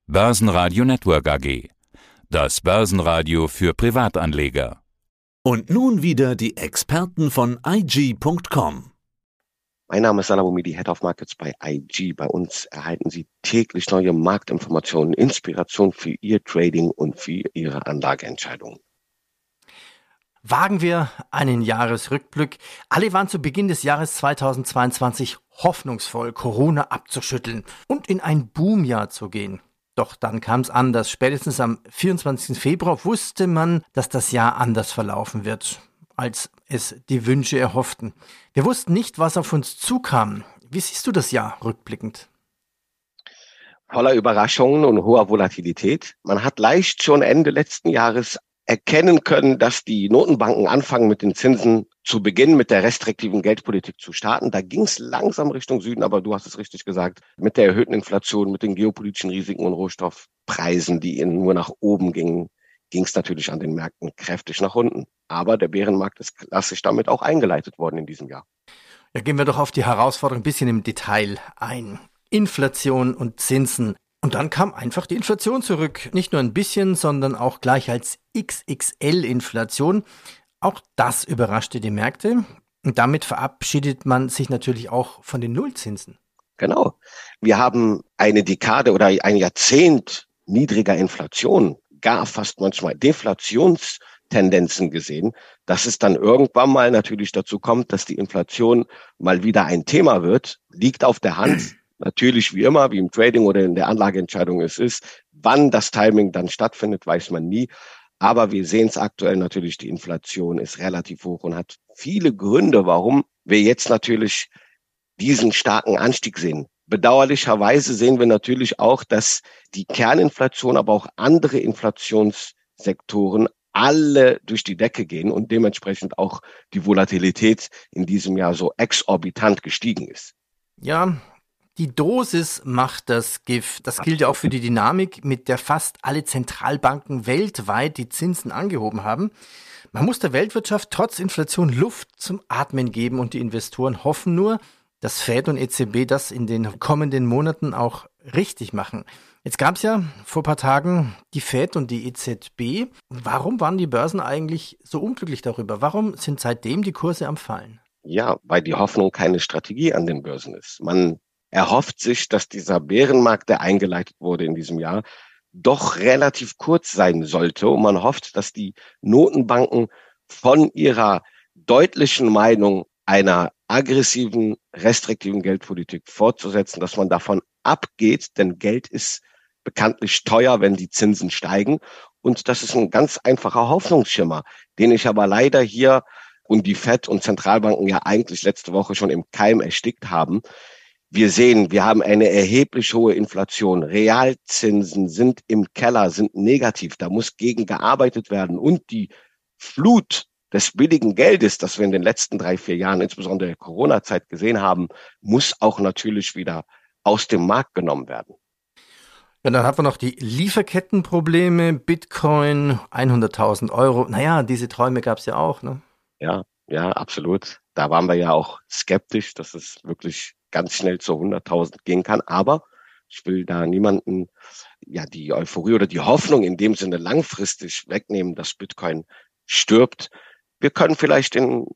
Börsenradio Network AG. Das Börsenradio für Privatanleger. Und nun wieder die Experten von IG.com. Mein Name ist Salah Boumidi, Head of Markets bei IG. Bei uns erhalten Sie täglich neue Marktinformationen, Inspiration für Ihr Trading und für Ihre Anlageentscheidungen. Wagen wir einen Jahresrückblick. Alle waren zu Beginn des Jahres 2022 hoffnungsvoll, Corona abzuschütteln und in ein Boomjahr zu gehen. Doch dann kam es anders. Spätestens am 24. Februar wusste man, dass das Jahr anders verlaufen wird, als es die Wünsche erhofften. Wir wussten nicht, was auf uns zukam. Wie siehst du das Jahr rückblickend? Voller Überraschungen und hoher Volatilität. Man hat leicht schon Ende letzten Jahres erkennen können, dass die Notenbanken anfangen, mit den Zinsen zu Beginn mit der restriktiven Geldpolitik zu starten. Da ging es langsam Richtung Süden, aber du hast es richtig gesagt, mit der erhöhten Inflation, mit den geopolitischen Risiken und Rohstoffpreisen, die nur nach oben gingen, ging es natürlich an den Märkten kräftig nach unten. Aber der Bärenmarkt ist klassisch damit auch eingeleitet worden in diesem Jahr. Ja, gehen wir doch auf die Herausforderung ein bisschen im Detail ein. Inflation und Zinsen. Und dann kam einfach die Inflation zurück. Nicht nur ein bisschen, sondern auch gleich als XXL-Inflation. Auch das überraschte die Märkte. Und damit verabschiedet man sich natürlich auch von den Nullzinsen. Genau. Wir haben eine Dekade oder ein Jahrzehnt niedriger Inflation, gar fast manchmal Deflationstendenzen gesehen, dass es dann irgendwann mal natürlich dazu kommt, dass die Inflation mal wieder ein Thema wird, liegt auf der Hand. Natürlich wie immer, wie im Trading oder in der Anlageentscheidung es ist. Wann das Timing dann stattfindet, weiß man nie. Aber wir sehen es aktuell natürlich, die Inflation ist relativ hoch und hat viele Gründe, warum wir jetzt natürlich diesen starken Anstieg sehen. Bedauerlicherweise sehen wir natürlich auch, dass die Kerninflation, aber auch andere Inflationssektoren alle durch die Decke gehen und dementsprechend auch die Volatilität in diesem Jahr so exorbitant gestiegen ist. Ja, die Dosis macht das Gift. Das gilt ja auch für die Dynamik, mit der fast alle Zentralbanken weltweit die Zinsen angehoben haben. Man muss der Weltwirtschaft trotz Inflation Luft zum Atmen geben und die Investoren hoffen nur, dass Fed und EZB das in den kommenden Monaten auch richtig machen. Jetzt gab es ja vor ein paar Tagen die Fed und die EZB. Warum waren die Börsen eigentlich so unglücklich darüber? Warum sind seitdem die Kurse am Fallen? Ja, weil die Hoffnung keine Strategie an den Börsen ist. Man erhofft sich, dass dieser Bärenmarkt, der eingeleitet wurde in diesem Jahr, doch relativ kurz sein sollte. Und man hofft, dass die Notenbanken von ihrer deutlichen Meinung einer aggressiven, restriktiven Geldpolitik fortzusetzen, dass man davon abgeht, denn Geld ist bekanntlich teuer, wenn die Zinsen steigen. Und das ist ein ganz einfacher Hoffnungsschimmer, den ich aber leider hier und die Fed und Zentralbanken ja eigentlich letzte Woche schon im Keim erstickt haben. Wir sehen, wir haben eine erheblich hohe Inflation. Realzinsen sind im Keller, sind negativ. Da muss gegen gearbeitet werden. Und die Flut des billigen Geldes, das wir in den letzten 3-4 Jahren, insbesondere der Corona-Zeit gesehen haben, muss auch natürlich wieder aus dem Markt genommen werden. Ja, dann haben wir noch die Lieferkettenprobleme, Bitcoin, 100.000 Euro. Naja, diese Träume gab es ja auch, ne? Ja, absolut. Da waren wir ja auch skeptisch, dass es wirklich ganz schnell zu 100.000 gehen kann. Aber ich will da niemanden die Euphorie oder die Hoffnung in dem Sinne langfristig wegnehmen, dass Bitcoin stirbt. Wir können vielleicht in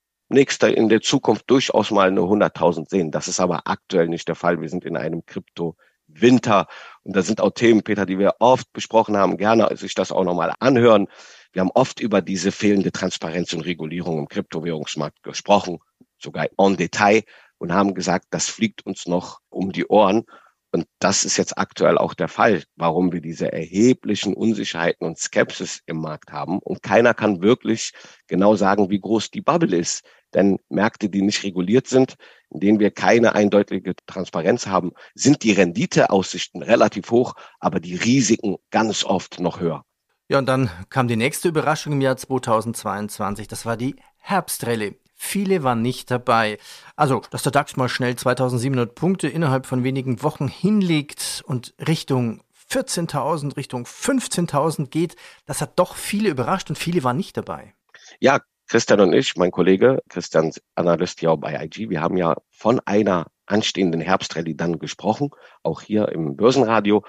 der Zukunft durchaus mal eine 100.000 sehen. Das ist aber aktuell nicht der Fall. Wir sind in einem Krypto-Winter und da sind auch Themen, Peter, die wir oft besprochen haben. Gerne sich das auch nochmal anhören. Wir haben oft über diese fehlende Transparenz und Regulierung im Kryptowährungsmarkt gesprochen, sogar en Detail, und haben gesagt, das fliegt uns noch um die Ohren. Und das ist jetzt aktuell auch der Fall, warum wir diese erheblichen Unsicherheiten und Skepsis im Markt haben. Und keiner kann wirklich genau sagen, wie groß die Bubble ist. Denn Märkte, die nicht reguliert sind, in denen wir keine eindeutige Transparenz haben, sind die Renditeaussichten relativ hoch, aber die Risiken ganz oft noch höher. Ja, und dann kam die nächste Überraschung im Jahr 2022. Das war die Herbstrallye. Viele waren nicht dabei. Also, dass der DAX mal schnell 2.700 Punkte innerhalb von wenigen Wochen hinlegt und Richtung 14.000, Richtung 15.000 geht, das hat doch viele überrascht und viele waren nicht dabei. Ja, Christian und ich, mein Kollege, Christian Analyst hier bei IG, wir haben ja von einer anstehenden Herbstrallye dann gesprochen, auch hier im Börsenradio.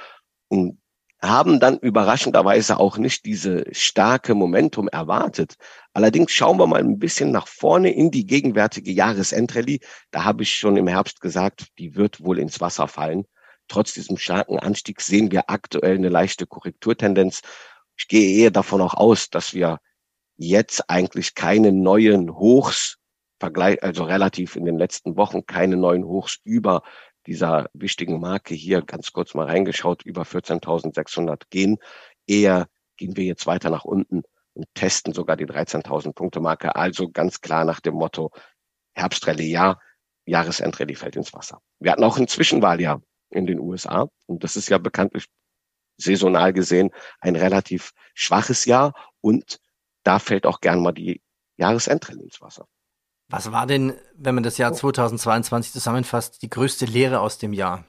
und haben dann überraschenderweise auch nicht diese starke Momentum erwartet. Allerdings schauen wir mal ein bisschen nach vorne in die gegenwärtige Jahresendrallye. Da habe ich schon im Herbst gesagt, die wird wohl ins Wasser fallen. Trotz diesem starken Anstieg sehen wir aktuell eine leichte Korrekturtendenz. Ich gehe eher davon auch aus, dass wir jetzt eigentlich keine neuen Hochs, also relativ in den letzten Wochen, keine neuen Hochs über dieser wichtigen Marke hier, ganz kurz mal reingeschaut, über 14.600 gehen. Eher gehen wir jetzt weiter nach unten und testen sogar die 13.000 Punkte Marke. Also ganz klar nach dem Motto Herbstrallye ja, Jahresendrallye fällt ins Wasser. Wir hatten auch ein Zwischenwahljahr in den USA und das ist ja bekanntlich saisonal gesehen ein relativ schwaches Jahr und da fällt auch gern mal die Jahresendrallye ins Wasser. Was war denn, wenn man das Jahr 2022 zusammenfasst, die größte Lehre aus dem Jahr?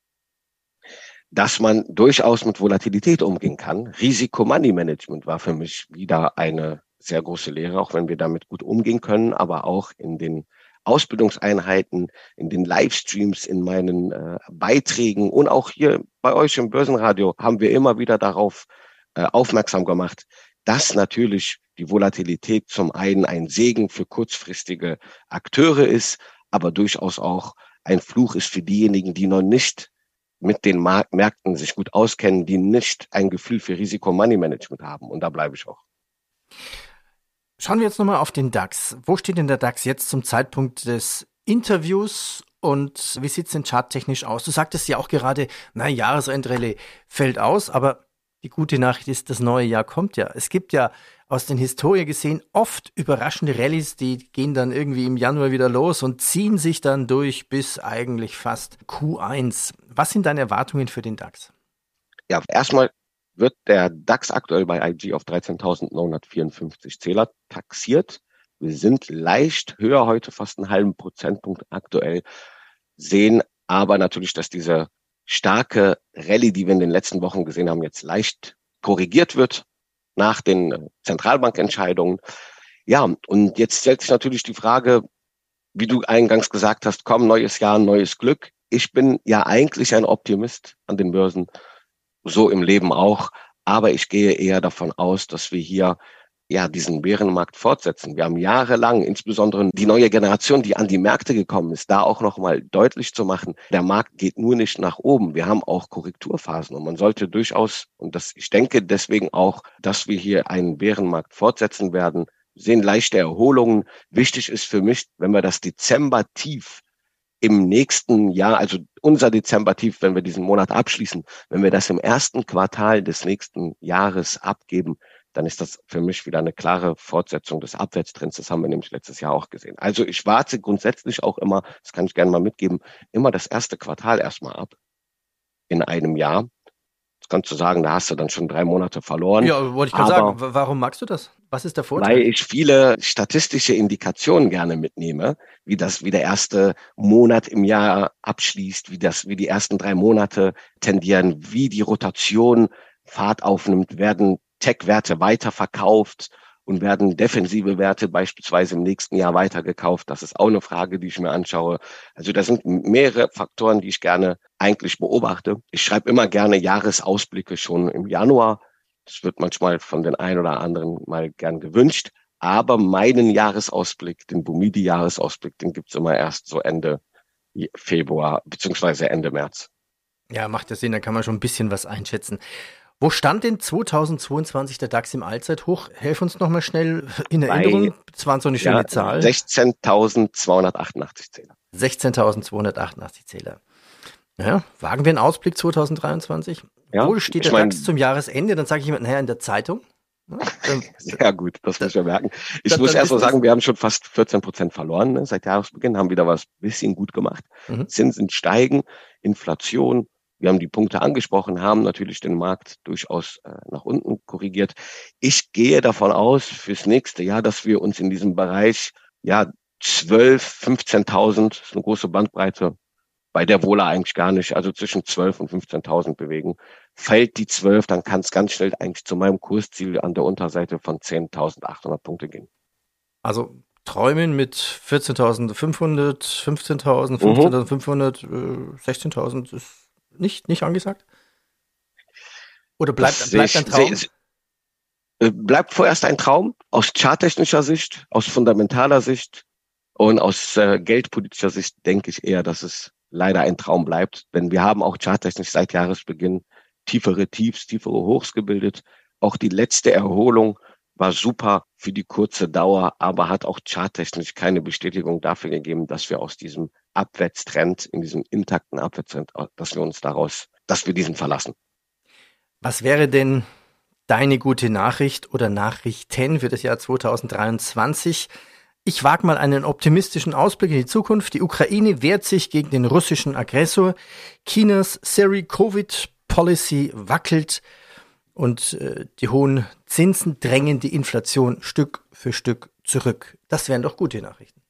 Dass man durchaus mit Volatilität umgehen kann. Risiko-Money-Management war für mich wieder eine sehr große Lehre, auch wenn wir damit gut umgehen können, aber auch in den Ausbildungseinheiten, in den Livestreams, in meinen Beiträgen und auch hier bei euch im Börsenradio haben wir immer wieder darauf aufmerksam gemacht, dass natürlich die Volatilität zum einen ein Segen für kurzfristige Akteure ist, aber durchaus auch ein Fluch ist für diejenigen, die noch nicht mit den Märkten sich gut auskennen, die nicht ein Gefühl für Risiko-Money-Management haben. Und da bleibe ich auch. Schauen wir jetzt nochmal auf den DAX. Wo steht denn der DAX jetzt zum Zeitpunkt des Interviews und wie sieht es denn charttechnisch aus? Du sagtest ja auch gerade, Jahresendrallye fällt aus, aber die gute Nachricht ist, das neue Jahr kommt ja. Es gibt ja aus den Historien gesehen oft überraschende Rallyes, die gehen dann irgendwie im Januar wieder los und ziehen sich dann durch bis eigentlich fast Q1. Was sind deine Erwartungen für den DAX? Ja, erstmal wird der DAX aktuell bei IG auf 13.954 Zähler taxiert. Wir sind leicht höher heute, fast einen halben Prozentpunkt aktuell, sehen aber natürlich, dass diese starke Rallye, die wir in den letzten Wochen gesehen haben, jetzt leicht korrigiert wird nach den Zentralbankentscheidungen. Ja, und jetzt stellt sich natürlich die Frage, wie du eingangs gesagt hast, komm, neues Jahr, neues Glück. Ich bin ja eigentlich ein Optimist an den Börsen, so im Leben auch, aber ich gehe eher davon aus, dass wir hier diesen Bärenmarkt fortsetzen. Wir haben jahrelang, insbesondere die neue Generation, die an die Märkte gekommen ist, da auch nochmal deutlich zu machen, der Markt geht nur nicht nach oben. Wir haben auch Korrekturphasen und man sollte durchaus, ich denke deswegen auch, dass wir hier einen Bärenmarkt fortsetzen werden, sehen leichte Erholungen. Wichtig ist für mich, wenn wir das Dezember-Tief im nächsten Jahr, also unser Dezember-Tief, wenn wir diesen Monat abschließen, wenn wir das im ersten Quartal des nächsten Jahres abgeben, dann ist das für mich wieder eine klare Fortsetzung des Abwärtstrends. Das haben wir nämlich letztes Jahr auch gesehen. Also ich warte grundsätzlich auch immer, das kann ich gerne mal mitgeben, immer das erste Quartal erstmal ab in einem Jahr. Das kannst du sagen, da hast du dann schon 3 Monate verloren. Ja, wollte ich gerade sagen, warum magst du das? Was ist der Vorteil? Weil ich viele statistische Indikationen gerne mitnehme, wie der erste Monat im Jahr abschließt, wie die ersten 3 Monate tendieren, wie die Rotation Fahrt aufnimmt, werden Tech-Werte weiterverkauft und werden defensive Werte beispielsweise im nächsten Jahr weitergekauft. Das ist auch eine Frage, die ich mir anschaue. Also das sind mehrere Faktoren, die ich gerne eigentlich beobachte. Ich schreibe immer gerne Jahresausblicke schon im Januar. Das wird manchmal von den einen oder anderen mal gern gewünscht. Aber meinen Jahresausblick, den Bumidi-Jahresausblick, den gibt's immer erst so Ende Februar beziehungsweise Ende März. Ja, macht ja Sinn, da kann man schon ein bisschen was einschätzen. Wo stand denn 2022 der DAX im Allzeithoch? Helf uns nochmal schnell in Erinnerung. Das waren so eine schöne Zahl. 16.288 Zähler. 16.288 Zähler. Ja, wagen wir einen Ausblick 2023? Ja, Wo steht der DAX zum Jahresende? Dann sage ich immer, in der Zeitung. Ja, sehr gut, das muss ich ja merken. Ich muss erst mal sagen, wir haben schon fast 14% verloren. Ne? Seit Jahresbeginn haben wieder was bisschen gut gemacht. Zinsen steigen, Inflation. Wir haben die Punkte angesprochen, haben natürlich den Markt durchaus nach unten korrigiert. Ich gehe davon aus, fürs nächste Jahr, dass wir uns in diesem Bereich 12.000, 15.000, ist eine große Bandbreite, bei der Vola eigentlich gar nicht, also zwischen 12.000 und 15.000 bewegen. Fällt die 12, dann kann es ganz schnell eigentlich zu meinem Kursziel an der Unterseite von 10.800 Punkte gehen. Also träumen mit 14.500, 15.000, 15.500, 16.000 ist nicht angesagt? Oder bleibt ein Traum? Bleibt vorerst ein Traum aus charttechnischer Sicht, aus fundamentaler Sicht und aus geldpolitischer Sicht denke ich eher, dass es leider ein Traum bleibt. Denn wir haben auch charttechnisch seit Jahresbeginn tiefere Tiefs, tiefere Hochs gebildet. Auch die letzte Erholung war super für die kurze Dauer, aber hat auch charttechnisch keine Bestätigung dafür gegeben, dass wir aus diesem Abwärtstrend, in diesem intakten Abwärtstrend, dass wir diesen verlassen. Was wäre denn deine gute Nachricht oder Nachrichten für das Jahr 2023? Ich wage mal einen optimistischen Ausblick in die Zukunft. Die Ukraine wehrt sich gegen den russischen Aggressor. Chinas Zero-Covid-Policy wackelt und die hohen Zinsen drängen die Inflation Stück für Stück zurück. Das wären doch gute Nachrichten.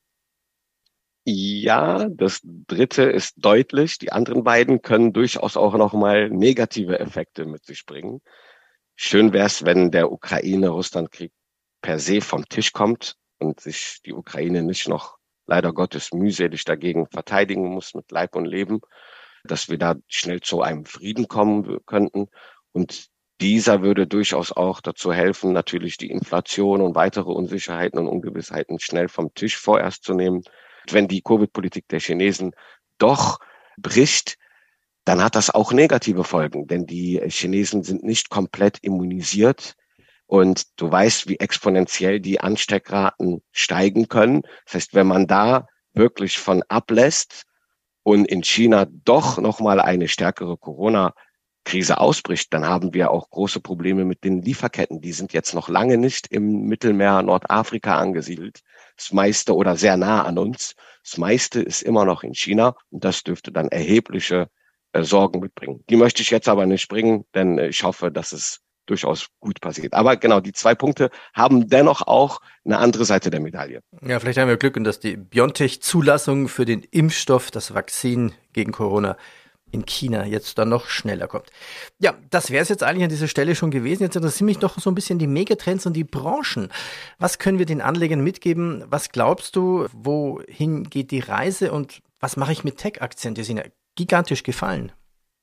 Ja, das dritte ist deutlich. Die anderen beiden können durchaus auch nochmal negative Effekte mit sich bringen. Schön wäre es, wenn der Ukraine-Russland-Krieg per se vom Tisch kommt und sich die Ukraine nicht noch, leider Gottes, mühselig dagegen verteidigen muss mit Leib und Leben, dass wir da schnell zu einem Frieden kommen könnten. Und dieser würde durchaus auch dazu helfen, natürlich die Inflation und weitere Unsicherheiten und Ungewissheiten schnell vom Tisch vorerst zu nehmen. Wenn die Covid-Politik der Chinesen doch bricht, dann hat das auch negative Folgen, denn die Chinesen sind nicht komplett immunisiert. Und du weißt, wie exponentiell die Ansteckraten steigen können. Das heißt, wenn man da wirklich von ablässt und in China doch nochmal eine stärkere Corona-Krise ausbricht, dann haben wir auch große Probleme mit den Lieferketten. Die sind jetzt noch lange nicht im Mittelmeer Nordafrika angesiedelt. Das meiste oder sehr nah an uns. Das meiste ist immer noch in China und das dürfte dann erhebliche Sorgen mitbringen. Die möchte ich jetzt aber nicht bringen, denn ich hoffe, dass es durchaus gut passiert. Aber genau, die 2 Punkte haben dennoch auch eine andere Seite der Medaille. Ja, vielleicht haben wir Glück, dass die BioNTech-Zulassung für den Impfstoff, das Vakzin gegen Corona in China jetzt dann noch schneller kommt. Ja, das wäre es jetzt eigentlich an dieser Stelle schon gewesen. Jetzt interessieren mich noch so ein bisschen die Megatrends und die Branchen. Was können wir den Anlegern mitgeben? Was glaubst du, wohin geht die Reise und was mache ich mit Tech-Aktien? Die sind ja gigantisch gefallen.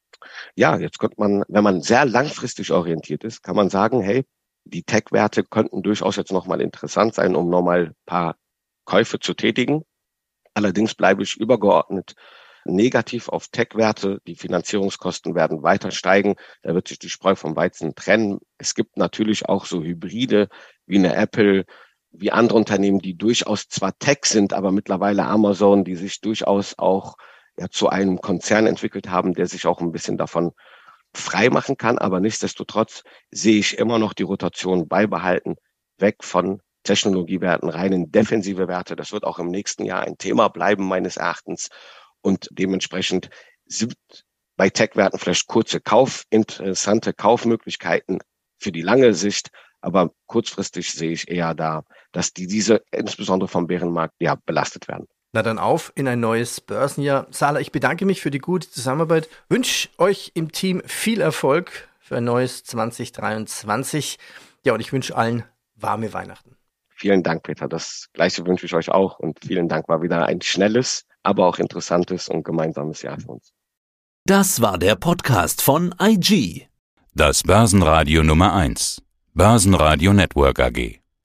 Ja, jetzt könnte man, wenn man sehr langfristig orientiert ist, kann man sagen, hey, die Tech-Werte könnten durchaus jetzt nochmal interessant sein, um nochmal ein paar Käufe zu tätigen. Allerdings bleibe ich übergeordnet negativ auf Tech-Werte. Die Finanzierungskosten werden weiter steigen. Da wird sich die Spreu vom Weizen trennen. Es gibt natürlich auch so Hybride wie eine Apple, wie andere Unternehmen, die durchaus zwar Tech sind, aber mittlerweile Amazon, die sich durchaus auch zu einem Konzern entwickelt haben, der sich auch ein bisschen davon frei machen kann. Aber nichtsdestotrotz sehe ich immer noch die Rotation beibehalten, weg von Technologiewerten, rein in defensive Werte. Das wird auch im nächsten Jahr ein Thema bleiben, meines Erachtens. Und dementsprechend sind bei Tech-Werten vielleicht interessante Kaufmöglichkeiten für die lange Sicht. Aber kurzfristig sehe ich eher da, dass diese insbesondere vom Bärenmarkt belastet werden. Na dann auf in ein neues Börsenjahr. Sala, ich bedanke mich für die gute Zusammenarbeit. Wünsche euch im Team viel Erfolg für ein neues 2023. Ja, und ich wünsche allen warme Weihnachten. Vielen Dank, Peter. Das Gleiche wünsche ich euch auch. Und vielen Dank, war wieder ein schnelles, aber auch interessantes und gemeinsames Jahr für uns. Das war der Podcast von IG. Das Börsenradio Nummer 1. Börsenradio Network AG.